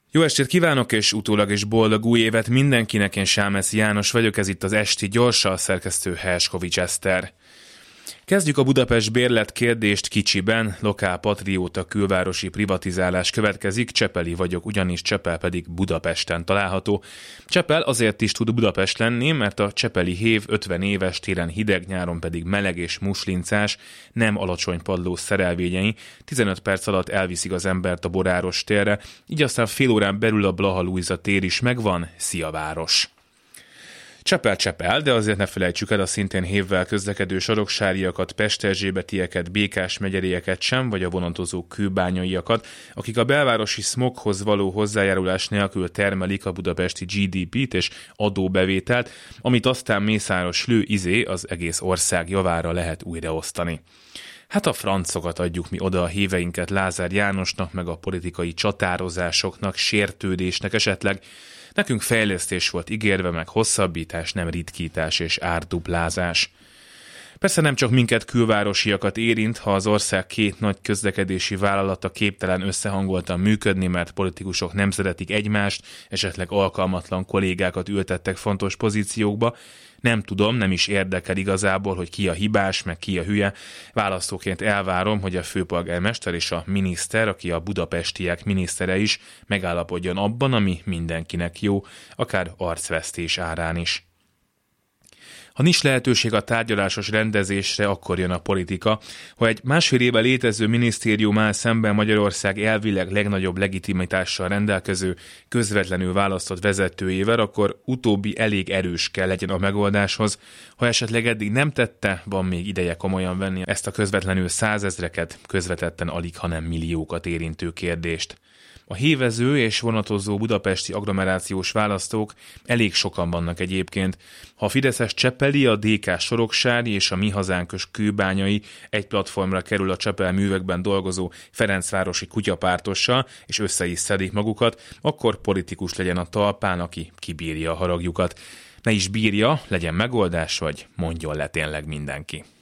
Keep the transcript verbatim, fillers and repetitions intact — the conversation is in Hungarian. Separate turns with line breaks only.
Jó estét kívánok, és utólag is boldog új évet mindenkinek. Én Sámeszi János vagyok, ez itt az Esti Gyorsa, a szerkesztő Herskovics Eszter. Kezdjük a Budapest bérlet kérdést kicsiben. Lokálpatrióta külvárosi privatizálás következik. Csepeli vagyok, ugyanis Csepel pedig Budapesten található. Csepel azért is tud Budapest lenni, mert a csepeli hév ötven éves, télen hideg, nyáron pedig meleg és muslincás, nem alacsony padlós szerelvényei. tizenöt perc alatt elviszik az embert a Boráros térre, így aztán fél órán belül a Blaha Lujza tér is megvan. Szia város! Csepel-Csepel, de azért ne felejtsük el a szintén hévvel közlekedő soroksáriakat, pesterzsébetieket, békás megyerieket sem, vagy a vonatozó kőbányaiakat, akik a belvárosi smoghoz való hozzájárulás nélkül termelik a budapesti gé dé pét és adóbevételt, amit aztán mészáros lő izé az egész ország javára lehet újraosztani. Hát a francokat adjuk mi oda a híveinket Lázár Jánosnak, meg a politikai csatározásoknak, sértődésnek esetleg. Nekünk fejlesztés volt ígérve, meg hosszabbítás, nem ritkítás és árduplázás. Persze nem csak minket külvárosiakat érint, ha az ország két nagy közlekedési vállalata képtelen összehangoltan működni, mert politikusok nem szeretik egymást, esetleg alkalmatlan kollégákat ültettek fontos pozíciókba. Nem tudom, nem is érdekel igazából, hogy ki a hibás, meg ki a hülye. Választóként elvárom, hogy a főpolgármester és a miniszter, aki a budapestiek minisztere is, megállapodjon abban, ami mindenkinek jó, akár arcvesztés árán is. Ha nincs lehetőség a tárgyalásos rendezésre, akkor jön a politika. Ha egy másfél éve létező minisztérium áll szemben Magyarország elvileg legnagyobb legitimitással rendelkező, közvetlenül választott vezetőjével, akkor utóbbi elég erős kell legyen a megoldáshoz. Ha esetleg eddig nem tette, van még ideje komolyan venni ezt a közvetlenül százezreket, közvetetten alig, hanem milliókat érintő kérdést. A hévező és vonatozó budapesti agglomerációs választók elég sokan vannak egyébként. Ha a fideszes Csepeli, a dé ká Soroksári és a Mi Hazánkos kőbányai egy platformra kerül a Csepel művekben dolgozó Ferencvárosi kutyapártossal, és össze is szedik magukat, akkor politikus legyen a talpán, aki kibírja a haragjukat. Ne is bírja, legyen megoldás, vagy mondjon le tényleg mindenki.